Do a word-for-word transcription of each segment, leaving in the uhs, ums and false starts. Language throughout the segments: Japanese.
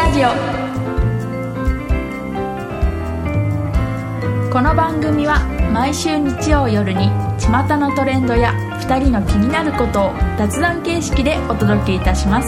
ジオ。この番組は毎週日曜夜に巷のトレンドやふたりの気になることを雑談形式でお届けいたします。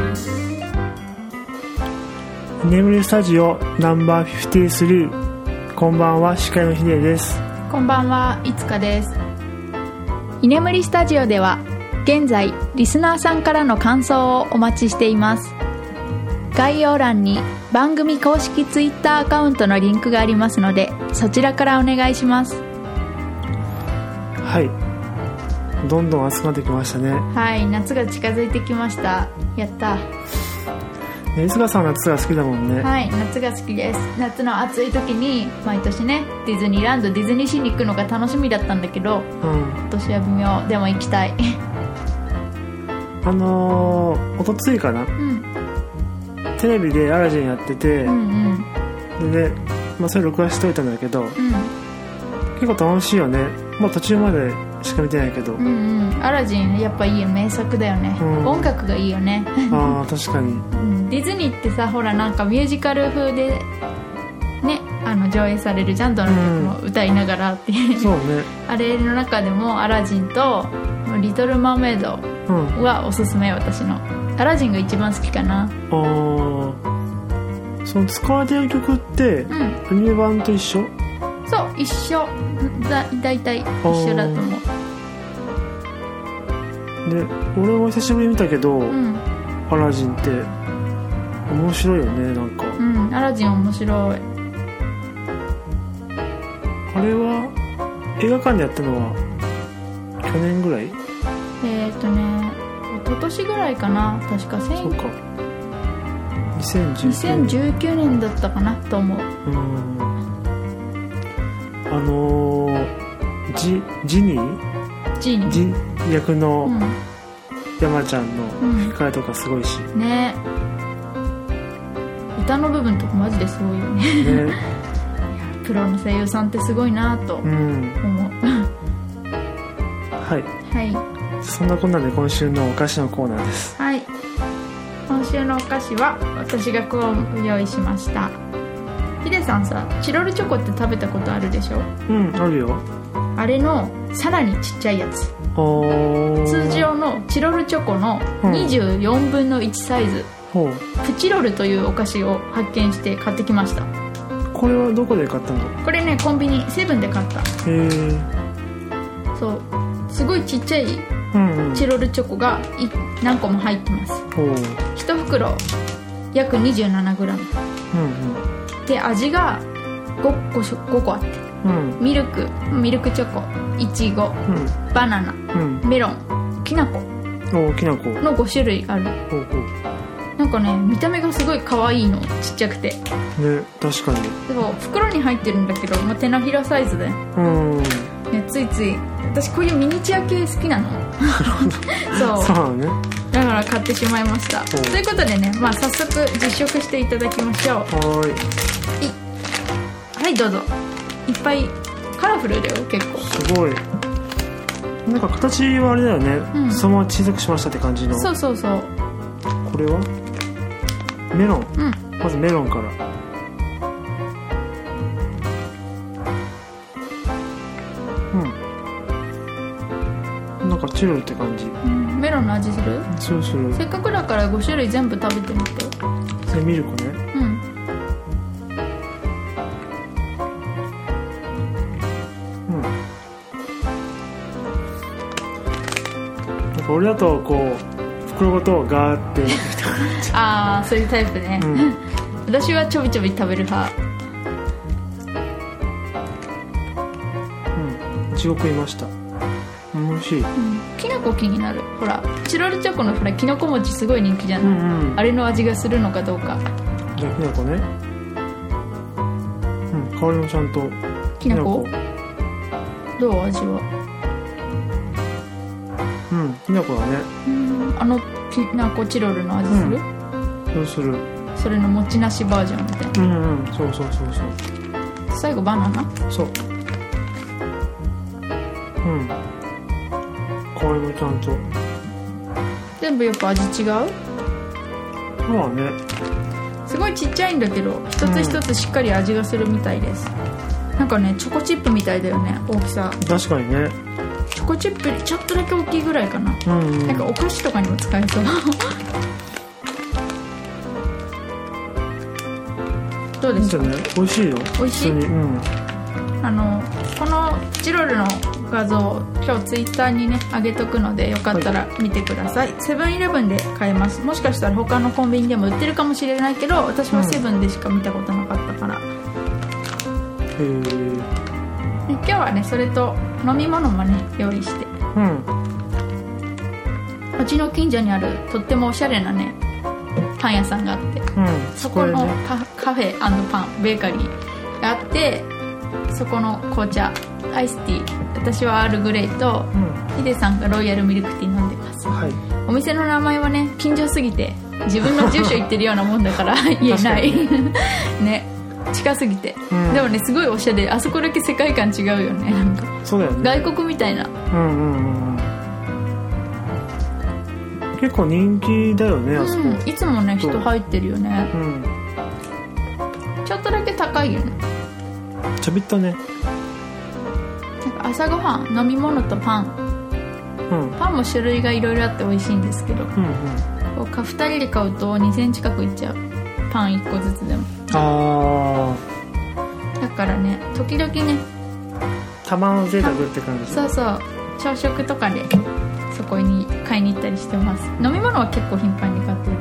居眠りスタジオナンバーフィフティースリー、こんばんは、司会のひでです。 こんばんは、いつかです。居眠りスタジオでは現在リスナーさんからの感想をお待ちしています。概要欄に番組公式ツイッターアカウントのリンクがありますので、そちらからお願いします。 はい、どんどん暑くなってきましたね。 はい、夏が近づいてきました。やったね、いつかさん夏が好きだもんね。 はい、夏が好きです。夏の暑い時に毎年ね、ディズニーランド、ディズニーシーに行くのが楽しみだったんだけど、うん、今年は微妙。でも行きたいあのー、おとついかな、うん、テレビでアラジンやってて、うんうん、でね、まあ、それ録画しといたんだけど、うん、結構楽しいよね。もう途中までしか見てないけど、うんうん、アラジンやっぱいいよ、名作だよね、うん、音楽がいいよねああ確かに、うん、 ディズニーってさ、ほらなんかミュージカル風でね、あの上映されるじゃん、どの曲も歌いながらっていう、うん、そうねあれの中でもアラジンとリトル・マーメイドはおすすめ、私のアラジンが一番好きかな。あー、その使われてる曲って、うん、アニメ版と一緒？ そう、一緒だ、だいたい一緒だと思う。 で、俺も久しぶりに見たけど、うん、アラジンって面白いよね、なんか。うん、 アラジン面白い。 あれは映画館でやったのは去年ぐらい？ えーっとね、一昨年ぐらいかな、確か。そうか、 にせんじゅうきゅうねん、にせんじゅうきゅうねんだったかなと思う。うん、 あのー、ジ, ジニージーニージ役の山ちゃんの吹き替えとかすごいし、 うん、ね、歌の部分とかマジですごいよね、ねプロの声優さんってすごいなと思う、うん、 はいはい、そんなこんなで今週のお菓子のコーナーです。 はい、今週のお菓子は私がこう用意しました。ヒデさんさ、チロルチョコって食べたことあるでしょ？ うん、あるよ。 あれのさらにちっちゃいやつ、通常のチロルチョコのにじゅうよんぶんのいちサイズ、うん、プチロルというお菓子を発見して買ってきました。 これはどこで買ったの？ これね、コンビニセブンで買った。へー、そう、すごいちっちゃいチロルチョコが何個も入ってます。いち袋約 にじゅうななグラム、うんうん、で味が 5, 5, 5個あって、うん、ミルク、ミルクチョコ、いちご、うん、バナナ、うん、メロン、きな粉のご種類ある。おうおう、なんかね、見た目がすごい可愛いの、ちっちゃくてね。 確かに。 でも袋に入ってるんだけど、まあ、手のひらサイズで、うんね、ついつい私こういうミニチュア系好きなのそうそうね、だから買ってしまいました。ということでね、まあ、早速実食していただきましょう。はいい、はい、どうぞ。いっぱいカラフルだよ、結構。 すごい、なんか形はあれだよね、うん、そのまま小さくしましたって感じの。 そうそうそう。 これはメロン、うん、まずメロンから。うん、なんかチロルって感じ、 うん、メロンの味する？ そうする。 せっかくだからご種類全部食べてみて。 それミルクね。うん、俺だとこう袋ごとガーってああ、そういうタイプね、うん、私はちょびちょび食べる派。 うん、いちご食いました。美味しい、うん、 きなこ気になる。ほらチロルチョコのほらきのこ餅すごい人気じゃない、うんうん、あれの味がするのかどうか。 じゃあきなこね、うん、香りもちゃんときなこどう？味はうん、きなこだね。 うん、あのきなこチロルの味する？ うん、そうする。 それのもちなしバージョンみたいな。 うんうん、そうそうそうそう。 最後バナナ？ そう。うん。香りもちゃんと。 全部やっぱ味違う？ まあね。 すごいちっちゃいんだけど一つ一つしっかり味がするみたいです、うん、なんかねチョコチップみたいだよね大きさ。 確かにね。 チョコチップよりちょっとだけ大きいぐらいかな、うんうん、なんかお菓子とかにも使えそうどうですか？ いいんじゃない？美味しいよ。 美味しい、うん、あのこのプチロールの画像今日ツイッターにね上げとくのでよかったら見てください。セブンイレブンで買えます。もしかしたら他のコンビニでも売ってるかもしれないけど私はセブンでしか見たことなかったから、うん、へえ。今日はねそれと飲み物もね用意して、うん、うちの近所にあるとってもおしゃれなねパン屋さんがあって、うん、そこの カ, カフェ&パンベーカリーがあって、そこの紅茶アイスティー、私はアールグレイと、うん、ヒデさんがロイヤルミルクティー飲んでます、はい、お店の名前はね近所すぎて自分の住所言ってるようなもんだから言えないね、近すぎて、うん、でもねすごいおしゃれ。あそこだけ世界観違うよね。なんかそうだよね、 外国みたいな。うんうんうん、 結構人気だよね、あそこ、うん、 いつもね人入ってるよね、うん、ちょっとだけ高いよね。 ちょびっとね。 なんか朝ごはん飲み物とパン、うん、パンも種類がいろいろあって美味しいんですけど、うんうん、こうふたりで買うとにせん近くいっちゃう。パンいっこずつでも。あー、だからね時々ねたまの贅沢って感じ。 そうそう、朝食とかでそこに買いに行ったりしてます。飲み物は結構頻繁に買ってるから、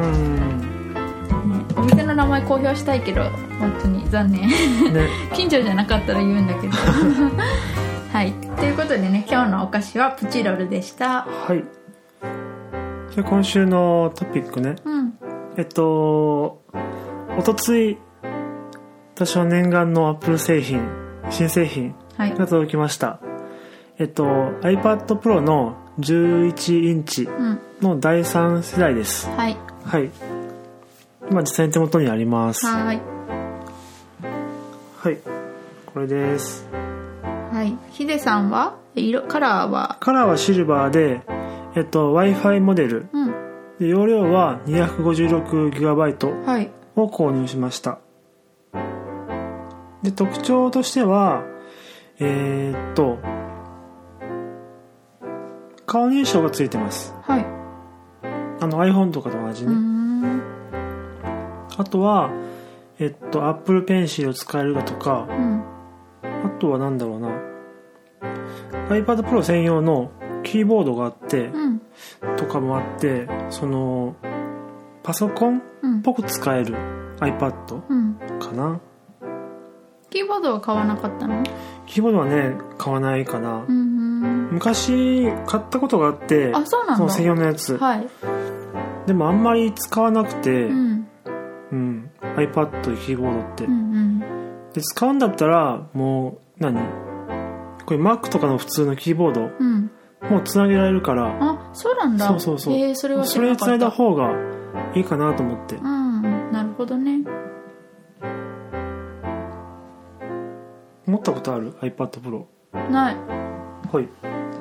うんね、お店の名前公表したいけど本当に残念、ね、近所じゃなかったら言うんだけどはい、ということでね今日のお菓子はプチロールでした。 はい。じゃあ今週のトピックね、うん、えっとおとつい私は念願のアップル製品新製品が届きました、はい、えっと iPad Pro のじゅういちインチのだいさん世代です、うん、はい、はい、今実際に手元にあります。はいはい、これです。 はい、ヒデさんは色カラーはカラーはシルバーで、えっと Wi-Fi モデル、うん、で容量は にひゃくごじゅうろくギガバイト を購入しました、はい、で特徴としてはえー、っと顔認証がついてます、はい、あの iPhone とかと同じね。うーん、あとはえっと Apple Pencil を使えるだとか、うん、あとはなんだろうな iPad Pro 専用のキーボードがあって、うん、とかもあって、そのパソコンっぽく使える iPad かな、うん、 キーボードは買わなかったの？ キーボードはね買わないかな、うん、昔買ったことがあって、 あ、そうなんだ、 その専用のやつ、はい、でもあんまり使わなくて、うんうん、iPad キーボードって、うんうん、で使うんだったらもう何これ Mac とかの普通のキーボード、うん、もうつなげられるから。 あ、そうなんだ。 そうそうそう、 えー、それは知らなかった。それにつないだ方がいいかなと思って。 うん、なるほどね。 持ったことある iPad Pro？ ない。 はい。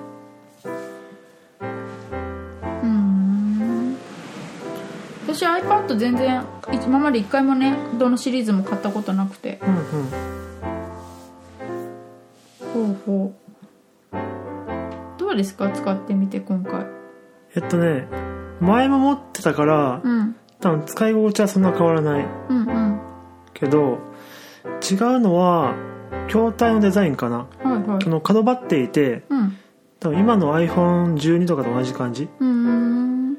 うーん、私 iPad 全然今まで一回もねどのシリーズも買ったことなくて、うんうん、ほうほう。どうですか使ってみて今回？ えっとね前も持ってたから、うん、多分使い心地はそんな変わらない、うんうん、けど違うのは筐体のデザインかな、はいはい、の角張っていて、うん、多分今の アイフォンじゅうに とかと同じ感じ。うーん、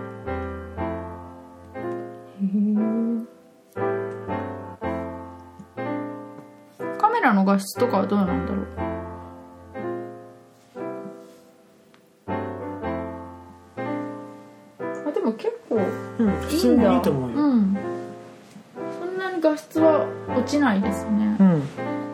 へカメラの画質とかはどうなんだろう。あ、でも結構いいんだ、うん、普通にいいと思うよ、うん、そんなに画質は落ちないですね、うん、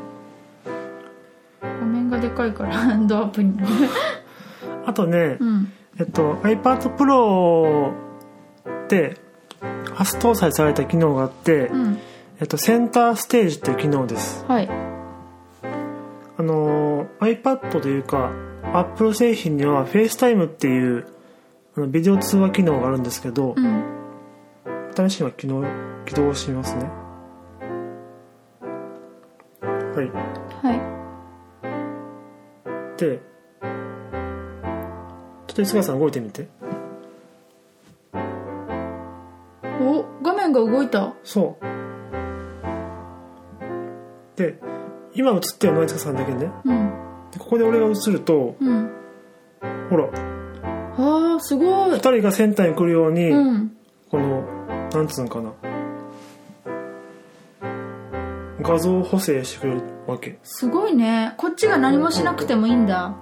画面がでかいからドアップになるあとね、うん、えっと iPad Pro って初搭載された機能があって、うん、えっと、センターステージっていう機能です、はい、あの iPad というか Apple 製品には FaceTime っていうあのビデオ通話機能があるんですけど、うん、 新しいの起動起動しますね。はいはいでちょっと磯川さん動いてみて。 お、画面が動いた。 そうで今映ってるのは磯川さんだけね、うん、でここで俺が映ると、うん、ほらあーすごいふたりがセンターに来るように、うん、このなんつうんかな画像補正してくれるわけ。 すごいね。こっちが何もしなくてもいいんだ。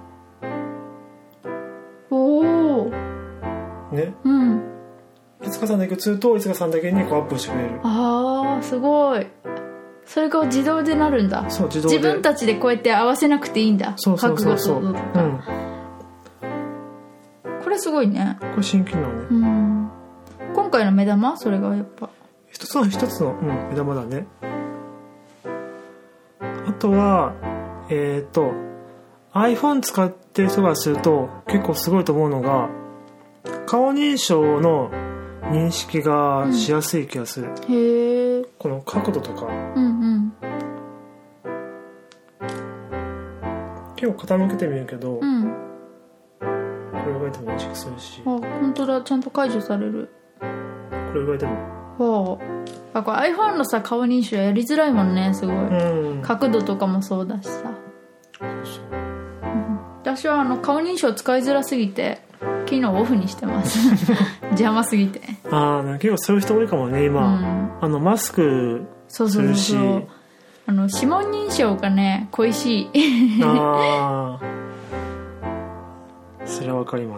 おおね。うんいつかさんだけ映るといつかさんだけにこうアップしてくれる。 あーすごい。それが自動でなるんだ。 そう自動で自分たちでこうやって合わせなくていいんだ。 そうそうそうそう、 うん、これすごいね。 これ新機能ね。 うん今回の目玉それがやっぱ一つの一つの、うん、目玉だね。あとはえっ、ー、と iPhone 使ってる人がすると結構すごいと思うのが顔認証の認識がしやすい気がする、うん、へえ。この角度とか、うんうん、結構傾けてみるけど、うん、これぐらいでも認識するし。 あ本当だちゃんと解除される。 これぐらいでもほうあこれ iPhone のさ顔認証やりづらいもんねすごい、うん、角度とかもそうだしさ。そうそう、うん、私はあの顔認証使いづらすぎて機能オフにしてます邪魔すぎて。 ああ結構そういう人多いかもね今、うん、あのマスクするし。そうそうそうあの指紋認証がね恋しいああそれはわかります。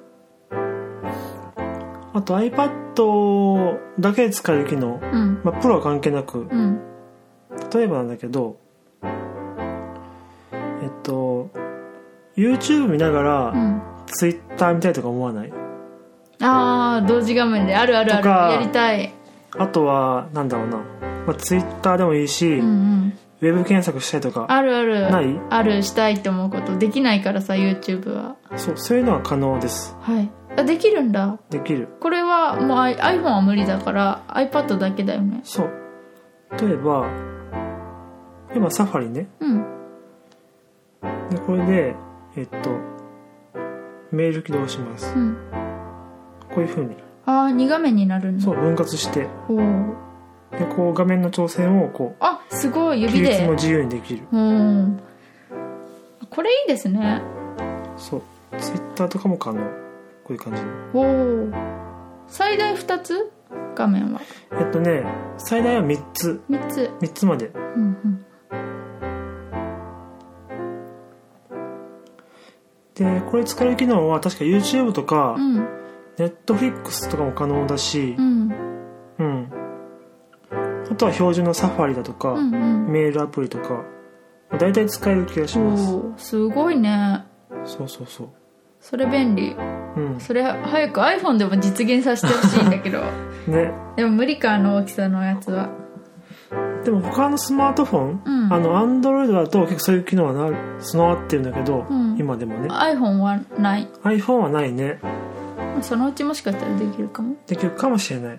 あと iPad だけで使える機能、うんまあ、プロは関係なく、うん、例えばなんだけどえっと YouTube 見ながら、うん、Twitter 見たいとか思わない？ あー同時画面であるあるあるやりたい。 あとはなんだろうな、まあ、Twitter でもいいし、うんうん、ウェブ検索したいとかあるあるないあるしたいって思うことできないからさ YouTube は。 そうそういうのは可能です。 はいあできるんだ。 できる。 これはもう iPhone は無理だから iPad だけだよね。 そう例えば今サファリね、うん、でこれでえっとメール起動します、うん、こういう風にああに画面になるんだ。 そう分割しておでこう画面の調整をこうあすごい指で比率も自由にできる。 うんこれいいですね。 そう Twitter とかも可能。こういう感じ。 お最大ふたつ画面はえっとね最大はみっつみっつみっつまで、うんうん、でこれ使える機能は確か YouTube とか、うん、Netflix とかも可能だし、うんうん、あとは標準のサファリだとか、うんうん、メールアプリとかだいたい使える気がします。 おすごいね。 そうそうそうそれ便利、うん、それ早く iPhone でも実現させてほしいんだけどねでも無理かあの大きさのやつは。 でも他のスマートフォン、うん、あの Android だと結構そういう機能はな備わってるんだけど、うん、今でもね iPhone はない。 iPhone はないね。 そのうちもしかしたらできるかもできるかもしれない。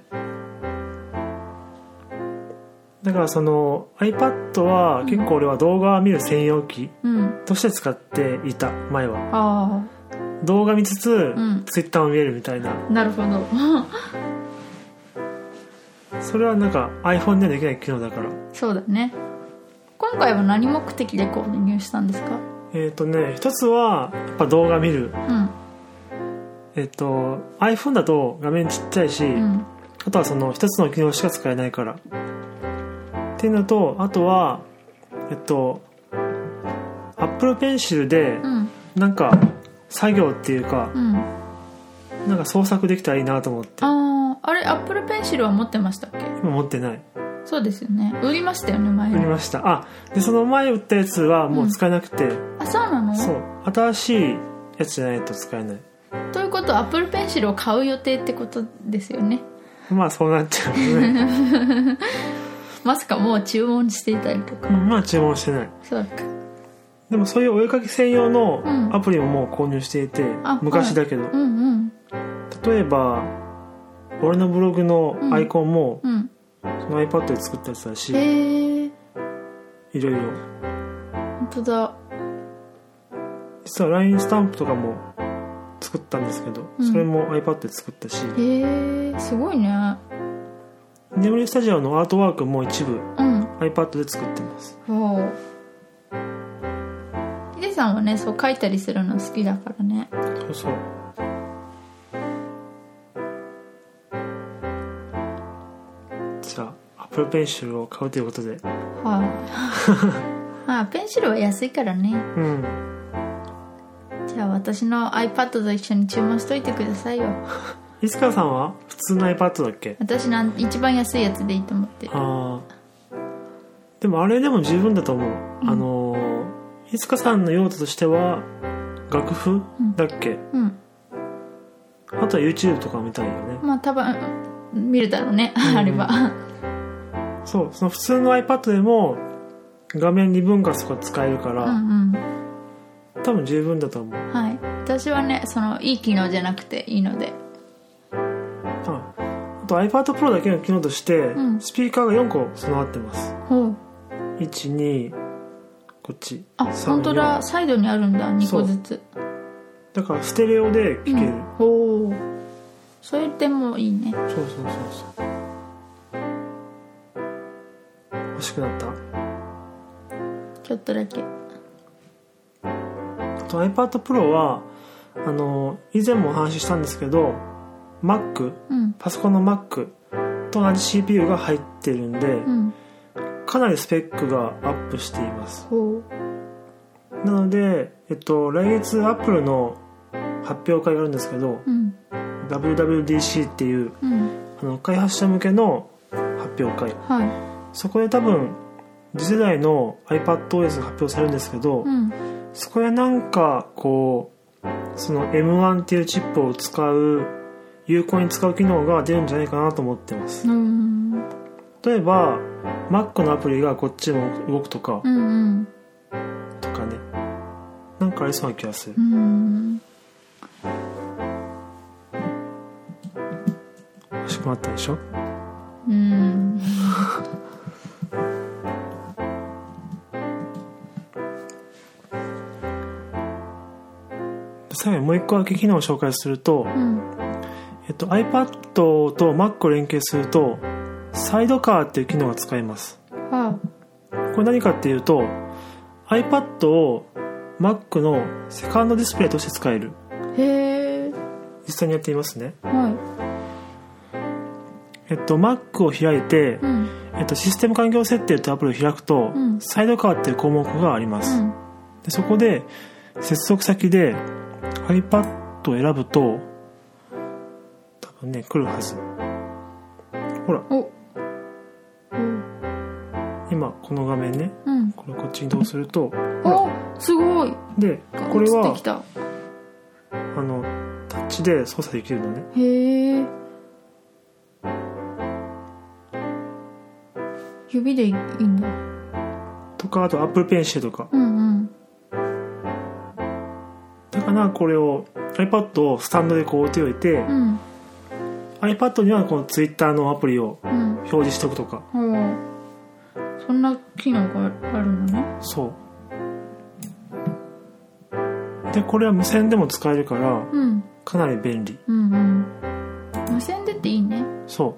だからその iPad は結構俺は動画を見る専用機として使っていた前は、うん、あ動画見つつ、うん、Twitter も見えるみたいな。 なるほどそれはなんか iPhone ではできない機能だから。 そうだね。今回は何目的で購入したんですか？ えっとね一つはやっぱ動画見る、うん、えっと iPhone だと画面ちっちゃいし、うん、あとはその一つの機能しか使えないからっていうのと、あとはえっと Apple Pencil でなんか作業っていうか、うん、なんか創作できたらいいなと思って。 ああれ Apple Pencil は持ってましたっけ？ 今持ってない。 そうですよね。売りましたよね前。 売りました。あでその前売ったやつはもう使えなくて、うん、あそうなの？ そう新しいやつじゃないと使えない。 ということは Apple Pencil を買う予定ってことですよね。 まあそうなっちゃうねまさかもう注文していたりとか、 うん、まあ注文してない。 そうか。 でもそういうお絵かき専用のアプリももう購入していて、うん、昔だけど、はいうんうん、例えば俺のブログのアイコンも、うん、その iPad で作ったやつだし、 へえ、 いろいろ。 本当だ。 実は ライン スタンプとかも作ったんですけど、うん、それも iPad で作ったし。 へえ、すごいね。 眠りスタジオのアートワークも一部、うん、iPad で作ってます。 おー、ヒデさんはね、そう書いたりするの好きだからね。 そうそう。じゃあ Apple Pencil を買うということで、はい、 ああ、ペンシルは安いからね。うん。じゃあ私の iPad と一緒に注文しといてくださいよ。 いつかさんは普通の iPad だっけ？ 私の一番安いやつでいいと思ってる。ああ、でもあれでも十分だと思う、うん、あのいつかさんの用途としては楽譜だっけ、うん、あとは YouTube とか見たいよね。 まあ多分見るだろうね、うん、あれば。 そう、その普通の iPad でも画面に分割とか使えるから、うんうん、多分十分だと思う。 はい、私はね、そのいい機能じゃなくていいので。 あと iPad Pro だけの機能として、うん、スピーカーがよんこ備わってます。いち、に、こっち、 あ、本当だ、サイドにあるんだ、にこずつ。 だからステレオで聴ける、 うん、お、そういう点もいいね。 そうそうそうそう。欲しくなった？ ちょっとだけ。 あと iPad Pro はあの以前もお話ししたんですけど、Mac、うん、パソコンの Mac と同じ シーピーユー が入ってるんで、うん、かなりスペックがアップしています。なので、えっと、来月 Apple の発表会があるんですけど、うん、ダブリューダブリューディーシー っていう、うん、あの開発者向けの発表会、はい、そこで多分次世代の iPadOS が発表されるんですけど、うん、そこでなんかこうその エムワン っていうチップを使う有効に使う機能が出るんじゃないかなと思ってます。うん、例えば Mac のアプリがこっちも動くとか、うんうん、とかね、なんかありそうな気がする。うん、欲しくなったでしょ。うん。最後にもう一個だけ機能を紹介すると、うん、えっと、iPad と Mac を連携するとサイドカーっていう機能が使えます、はあ、これ何かっていうと iPad を Mac のセカンドディスプレイとして使える。へー、実際にやってみますね、はい。えっと、Mac を開いて、うん、えっと、システム環境設定というアプリを開くと、うん、サイドカーっていう項目があります、うん、でそこで接続先で iPad を選ぶと多分ね来るはず。ほら、お、うん、今この画面ね、うん、これをこっちに移動すると、 お、すごい。 でこれはあのタッチで操作できるのね。へえ。 指でいいんだ。 とか、あと Apple Pencil とか、うんうん、だからこれを iPad をスタンドでこう置いておいて、うん、iPad にはこの Twitter のアプリを表示しておくとか、うん、 そんな機能があるのね。 そうで、これは無線でも使えるから、うん、かなり便利、うんうん、 無線でっていいね。 そう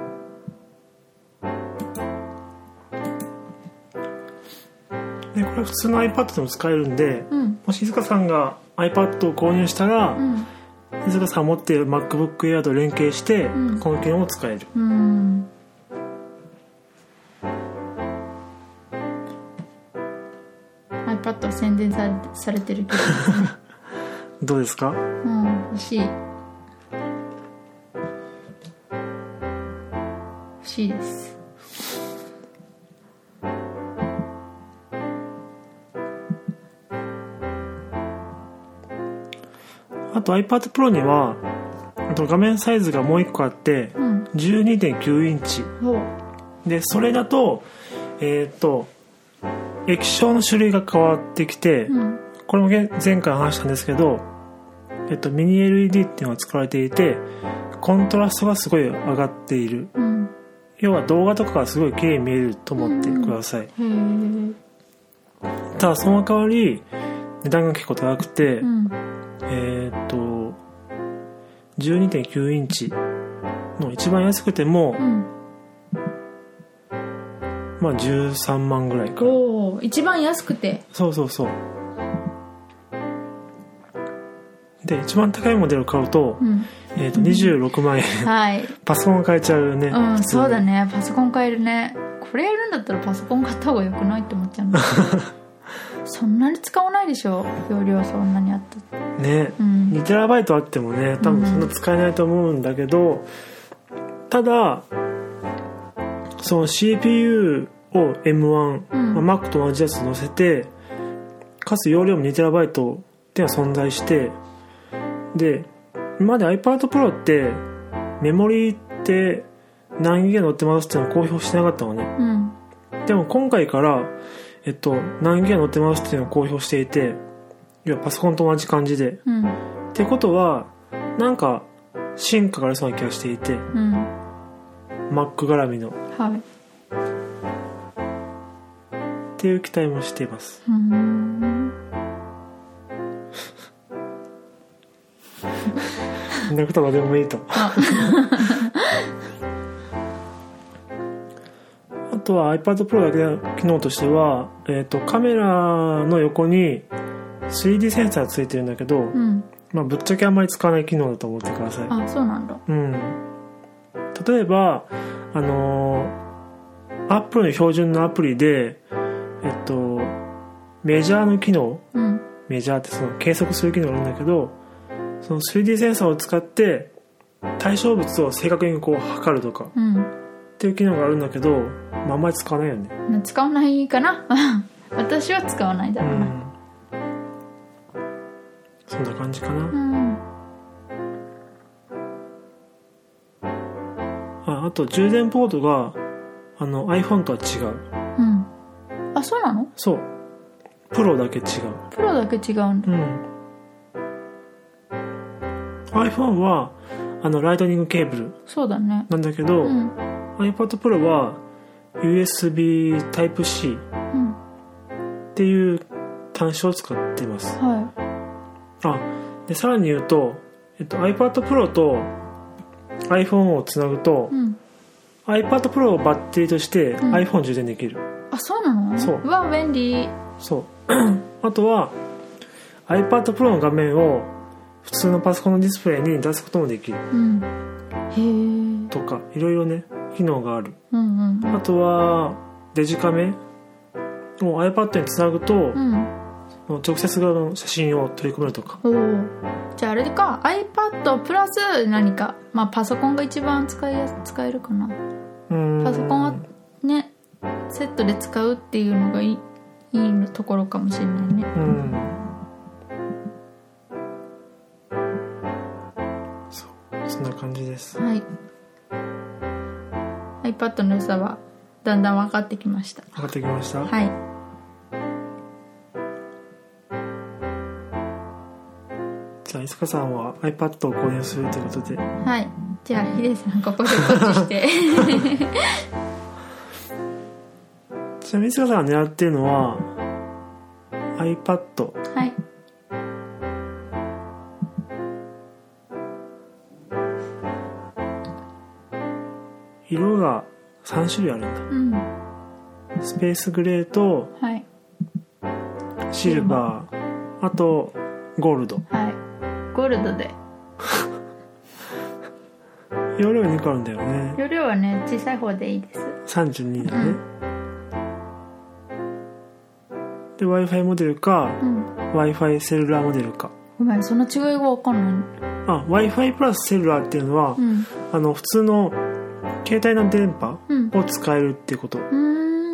で、これは普通の iPad でも使えるんで、うん、もし伊塚さんが iPad を購入したら、うん、伊塚さん持っている MacBook Air と連携して、うん、この機能を使える、うん、 iPad は宣伝され、されてるけどですね。 どうですか？ うん、欲しい欲しいです。 あと iPad Pro にはあと画面サイズがもう一個あって、うん、じゅうにてんきゅうインチで、それだとえっと液晶の種類が変わってきて、うん、これも前回話したんですけど、 えっと、ミニ エルイーディー っていうのが使われていて、コントラストがすごい上がっている、うん、要は動画とかがすごい綺麗に見えると思ってください、うん、ただその代わり値段が結構高くて、うん、えー、っと じゅうにてんきゅうインチの一番安くても、うん、まあじゅうさんまんぐらいか。 おー、一番安くて。 そうそうそう。で一番高いモデルを買うと、うん、えー、とにじゅうろくまんえん、はい、パソコン買えちゃうよね、 うん、そうだね、パソコン買えるね。これやるんだったらパソコン買った方がよくないって思っちゃうんだそんなに使わないでしょ、容量そんなにあったね、うん、にテラバイトあってもね多分そんな使えないと思うんだけど、うん、ただその シーピーユー を エムワン、うんまあ、Mac と同じやつ乗せてかつ容量もにテラバイトっていうのは存在して、で今まで iPad Pro ってメモリーって何ギガ乗ってますっていうのを公表してなかったのね、うん、でも今回から、えっと、何ギガ乗ってますっていうのを公表していて、要はパソコンと同じ感じで、うん、ってことはなんか進化がありそうな気がしていて、うん、Mac 絡みの、はい、っていう期待もしています。うーんそんなことがでもいいとあ, あとは iPad Pro だけの機能としては、えーと、カメラの横に スリーディー センサーついてるんだけど、うんまあ、ぶっちゃけあんまり使わない機能だと思ってください。 あ、そうなんだ、うん、 例えばあのー、Apple の標準のアプリでえっとメジャーの機能、うん、メジャーってその計測する機能があるんだけど、その スリーディー センサーを使って対象物を正確にこう測るとか、うん、っていう機能があるんだけど、まあ、あんまり使わないよね。 使わないかな私は使わないだろうな、うん、 そんな感じかな、うん、あ, あと充電ポートがあの iPhone とは違う、うん、 あ、そうなの？ そう、プロだけ違う。 プロだけ違うんだ、うん、 iPhone はあのライトニングケーブルそうだねなんだけど、うん、iPad Pro は ユーエスビー Type-C、うん、っていう端子を使っています、はい、あでさらに言うと、えっと、iPad Pro と iPhone をつなぐと、うん、iPad Pro をバッテリーとして iPhone 充電できる、 うん、あ、そうなの？ そう、 うわ、便利。 そうあとは iPad Pro の画面を普通のパソコンのディスプレイに出すこともできる、うん、へーとかいろいろね機能がある、うんうん、あとはデジカメを iPad につなぐと、うん、直接の写真を取り込めるとか。おじゃああれか iPad プラス何か、まあ、パソコンが一番使いやす使えるかな。うんパソコンはねセットで使うっていうのがいい、いいところかもしれないね。うんそんな感じです。 はい。iPad の良さはだんだん分かってきました。 分かってきました。 はい。 じゃあいつかさんは iPad を購入するということで。 はい。じゃあヒデさんここでこっちして。 ちなみにいつかさんが狙ってるのは iPad。 はい。 色がさん種類あるんだ、うん、スペースグレーと、はい、シルバー、あとゴールド、 はい、ゴールドで容量にこあるんだよね。 容量はね小さい方でいいです。 さんじゅうにだね、うん、で Wi-Fi モデルか、うん、Wi-Fi セルラーモデルか。 ごめんその違いが分かんない。 あ Wi-Fi プラスセルラーっていうのは、うん、あの普通の携帯の電波を使えるっていうこと、うん、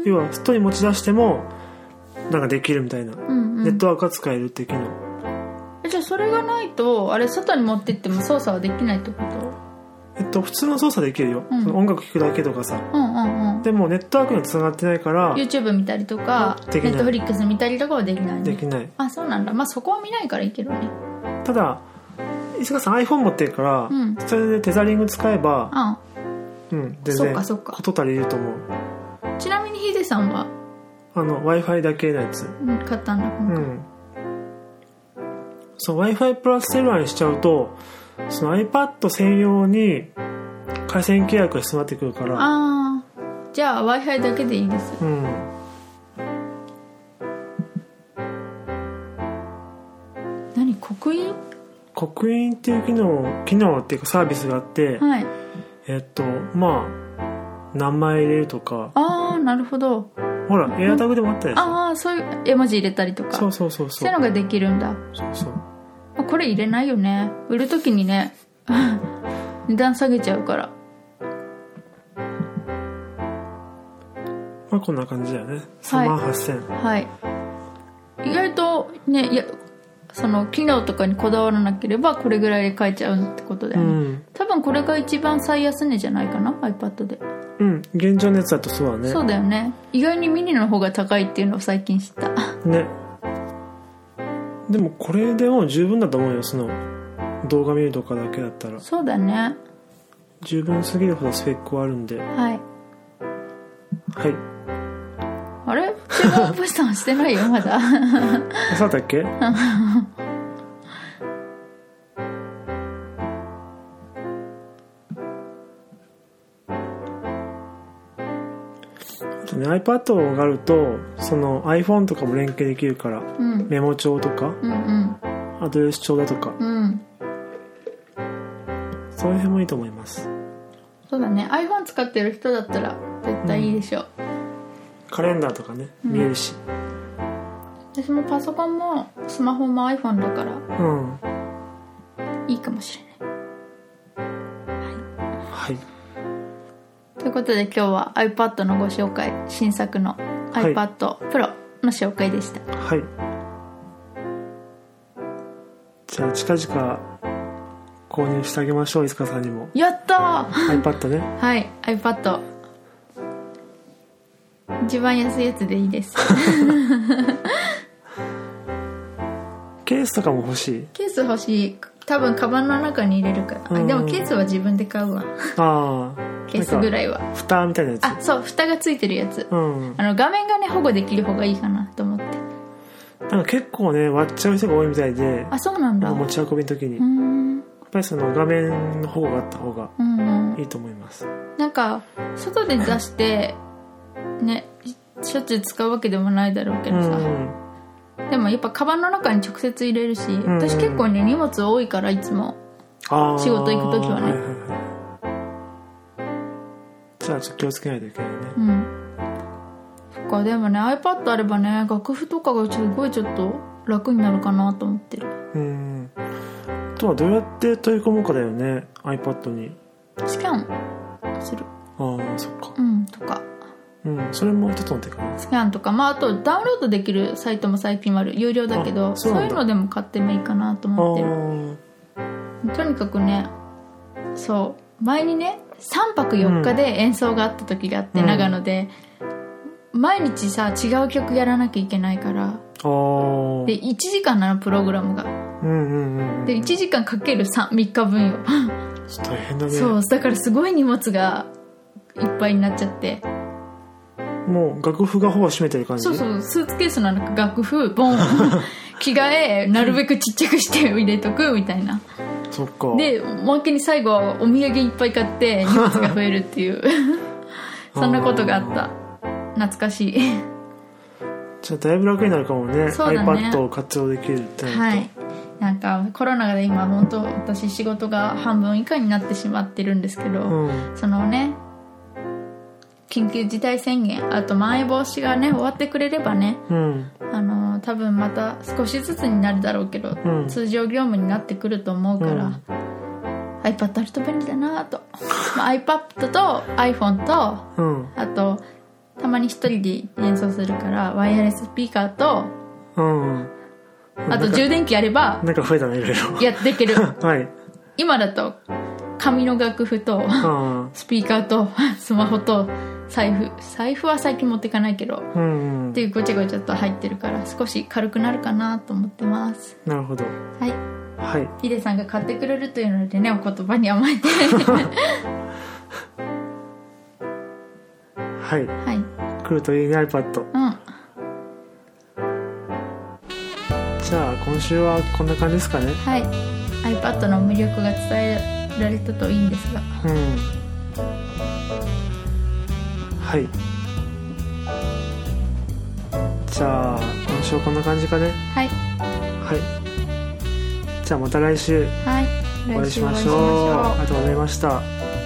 要は外に持ち出してもなんかできるみたいな、うんうん、ネットワークが使えるっていう機能。 じゃあそれがないとあれ外に持ってっても操作はできないってこと？ えっと普通の操作できるよ、うん、その音楽聴くだけとかさ、うんうんうん、でもネットワークにつながってないから YouTube 見たりとか Netflix 見たりとかはできない、ね、 できない。 あそうなんだ。まあそこは見ないからいいけどね。 ただ石川さん iPhone 持ってるから、うん、それでテザリング使えば、あうん、全然事足りると思う。 ちなみにヒデさんはあの Wi-Fi だけのやつ、 うん、買ったんだ今回、うん、 そう Wi-Fi プラスセルラーにしちゃうとその iPad 専用に回線契約が必要になってくるから。 あじゃあ Wi-Fi だけでいいです、うん、何刻印刻印っていう機能機能っていうかサービスがあって、はい、えっとまあ何枚入れるとか。 ああなるほど。 ほらエアタグでもあったでしょ。 ああそういう絵文字入れたりとか。 そうそうそうそう。 そういうのができるんだ。 そうそう。 これ入れないよね。売るときにね値段下げちゃうから。 まあこんな感じだよね。さんまんはっせん、 はい、はい、意外とねいやその機能とかにこだわらなければこれぐらいで買えちゃうってことだよね、うん、多分これが一番最安値じゃないかな iPad で。 うん現状のやつだとそうだね。 そうだよね。意外にミニの方が高いっていうのを最近知ったね。でもこれでも十分だと思うよ。その動画見るとかだけだったら。 そうだね。 十分すぎるほどスペックはあるんで。 はいはい。 あれ注文ボタンしてないよまだそうだっけね、iPad があるとその iPhone とかも連携できるから、うん、メモ帳とか、うんうん、アドレス帳だとか、うん、そういう辺もいいと思います。 そうだね iPhone 使ってる人だったら絶対いいでしょう、 うん、カレンダーとかね、うん、見えるし。 私もパソコンもスマホも iPhone だから、うん、いいかもしれない。はい、はい、ということで今日は iPad のご紹介、新作の iPad Pro の紹介でした。はい、 じゃあ近々購入してあげましょう。いつかさんにも。 やったー iPad ね。 はい iPad 一番安いやつでいいですケースとかも欲しい。 ケース欲しい。多分カバンの中に入れるから、うん、でもケースは自分で買うわ。あケースぐらいは蓋みたいなやつ。 あそう蓋がついてるやつ、うん、あの画面がね保護できる方がいいかなと思って。 なんか結構ね割っちゃう人が多いみたいで。 あそうなんだ。 持ち運びの時にうんやっぱりその画面の保護があった方がいいと思います、うんうん、 なんか外で出してねしょっちゅう使うわけでもないだろうけどさ、うんうん、でもやっぱカバンの中に直接入れるし、うんうん、私結構ね荷物多いからいつも仕事行く時はね、はいはいはい、 じゃあちょっと気をつけないといけないね。うんそっか。でもね iPad あればね楽譜とかがすごいちょっと楽になるかなと思ってる。うんあとはどうやって取り込むかだよね iPad に。 スキャンする。 ああそっか。 うんとかうん、それも一つの手かな。 スキャンとか、まあ、あとダウンロードできるサイトも最近ある。有料だけどそういうのでも買ってもいいかなと思ってる。とにかくねそう前にねさんぱくよっかで演奏があった時があって、うん、長野で毎日さ違う曲やらなきゃいけないから、うん、でいちじかんなのプログラムが、うんうんうん、でいちじかんかける 3, 3日分よ大変だね。 そうだからすごい荷物がいっぱいになっちゃって。 もう楽譜がほぼ占めてる感じ。 そうそうスーツケースの中楽譜ボン着替えなるべくちっちゃくして入れとくみたいな。 そっか。 でおまけに最後はお土産いっぱい買って荷物が増えるっていうそんなことがあった。懐かしい。 じゃあだいぶ楽になるかも ね, ね iPad を活用できるってなると。はい、 なんかコロナで今本当私仕事が半分以下になってしまってるんですけど、うん、そのね緊急事態宣言あとまん延防止がね終わってくれればね、うん、あの多分また少しずつになるだろうけど、うん、通常業務になってくると思うから、うん、iPad あると便利だなと、まあ、iPad と iPhone と、うん、あとたまに一人で演奏するからワイヤレススピーカーと、うん、あと充電器あればなんか増えたねいろいろやっていける、はい、今だと紙の楽譜とスピーカーとスマホと財布財布は最近持っていかないけど、うんうん、っていうごちゃごちゃと入ってるから少し軽くなるかなと思ってます。 なるほど。 はい、 はい、 ヒデさんが買ってくれるというのでね、お言葉に甘えてはい、はい、来るといいね iPad、うん、じゃあ今週はこんな感じですかね。 はい、 iPad の魅力が伝えられたといいんですが、うん、 はい、じゃあ今週はこんな感じかね。 はい、 はい、じゃあまた来週お会いしましょう。ありがとうございました。